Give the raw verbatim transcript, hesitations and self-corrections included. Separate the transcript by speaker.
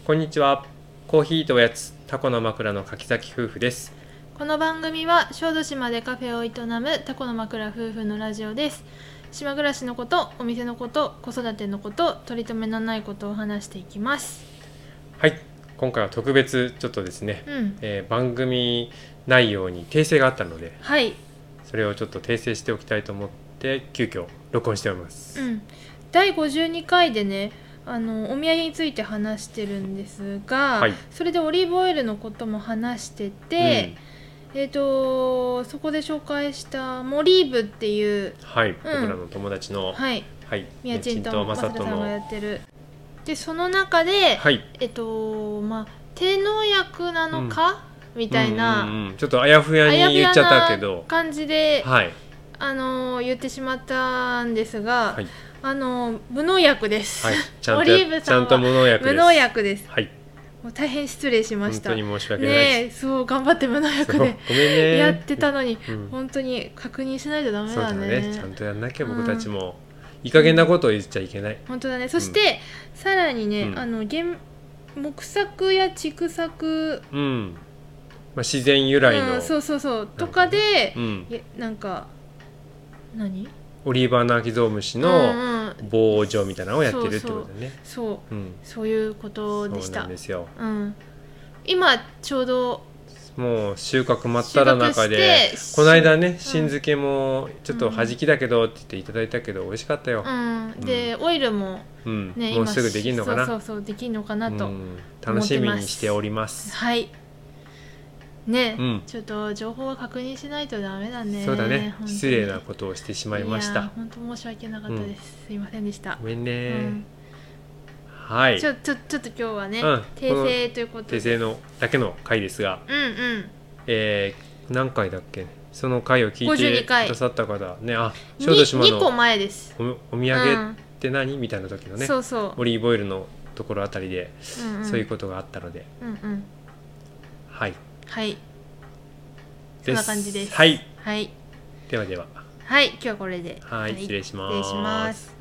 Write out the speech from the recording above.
Speaker 1: こんにちは。コーヒーとおやつ、タコの枕の柿崎夫婦です。
Speaker 2: この番組は小豆島でカフェを営むタコの枕夫婦のラジオです。島暮らしのこと、お店のこと、子育てのこと、取り留めのないことを話していきます。
Speaker 1: はい、今回は特別ちょっとですね、
Speaker 2: うん
Speaker 1: えー番組内容に訂正があったので、
Speaker 2: はい、
Speaker 1: それをちょっと訂正しておきたいと思って急遽録音しております。
Speaker 2: うん、だいごじゅうにかいでね、あのお土産について話してるんですが、
Speaker 1: はい
Speaker 2: それでオリーブオイルのことも話してて、えーとそこで紹介したモリーブっていう、
Speaker 1: はい、
Speaker 2: うん
Speaker 1: 僕らの友達の、
Speaker 2: はい
Speaker 1: はい、
Speaker 2: 宮地と
Speaker 1: まさと
Speaker 2: まさとさんがや
Speaker 1: の、
Speaker 2: ってる。でその中で、
Speaker 1: はい
Speaker 2: えっとまあ手の薬なのか、うん、みたいな、
Speaker 1: うんうんうん、ちょっとあやふやに言っちゃったけど、
Speaker 2: 感じで、
Speaker 1: はい、
Speaker 2: あの言ってしまったんですが、
Speaker 1: はい、
Speaker 2: あの無農薬です。
Speaker 1: はい、ちゃんと
Speaker 2: オリーブ
Speaker 1: ちゃんと
Speaker 2: さんは
Speaker 1: 無農薬です。
Speaker 2: 無農薬です。
Speaker 1: はい、
Speaker 2: もう大変失礼しました。
Speaker 1: 本当に申し訳ないです。
Speaker 2: ねえ、そう頑張って無農薬で
Speaker 1: ごめんね
Speaker 2: やってたのに、
Speaker 1: うん、
Speaker 2: 本当に確認しないとダメ
Speaker 1: そうだ
Speaker 2: だね。
Speaker 1: ね、ちゃんとやんなきゃ僕たちも、うん、いい加減なことを言っちゃいけない。
Speaker 2: 本当だね。そして、うん、さらにね、
Speaker 1: うん、
Speaker 2: あの原木作や畜作、
Speaker 1: うんまあ、自然由来の、
Speaker 2: うん、そうそうそうとかで、
Speaker 1: うん、
Speaker 2: なんか何
Speaker 1: オリーブアナアキゾウムシの防除みたいなのをやってるってことだね。
Speaker 2: そうそう、
Speaker 1: うん、
Speaker 2: そういうことでした。
Speaker 1: そうなんですよ、
Speaker 2: うん、今ちょうど
Speaker 1: もう収穫真っ只中で、この間ね新漬けもちょっとはじきだけどって言っていただいたけど美味しかったよ、
Speaker 2: うんうん、でオイルも、
Speaker 1: うん
Speaker 2: ね、
Speaker 1: もうすぐできるのかな。
Speaker 2: そうそうそうできるのかなと、うん、
Speaker 1: 楽しみにしております。
Speaker 2: はいね、
Speaker 1: うん、
Speaker 2: ちょっと情報は確認しないとダメだね。
Speaker 1: そうだね、失礼なことをしてしまいました。
Speaker 2: 本当申し訳なかったです、うん、すいませんでした。
Speaker 1: ごめんね、うん、
Speaker 2: はい。ちょちょちょっと今日はね、うん、訂正ということで
Speaker 1: 訂正のだけの回ですが、
Speaker 2: うんうん、
Speaker 1: えー、何回だっけ、その回を聞いてくださった方ね、あ、
Speaker 2: 小豆島のにこまえです。
Speaker 1: お, お土産って何、うん、みたいな時のね、
Speaker 2: そうそう
Speaker 1: オリーブオイルのところあたりで、うんうん、そういうことがあったので、
Speaker 2: うんうん、
Speaker 1: はい
Speaker 2: はいそんな感じです。
Speaker 1: はい、
Speaker 2: はい、
Speaker 1: ではでは、
Speaker 2: はい、今日はこれで、
Speaker 1: はい、はい、失礼します。
Speaker 2: 失礼します。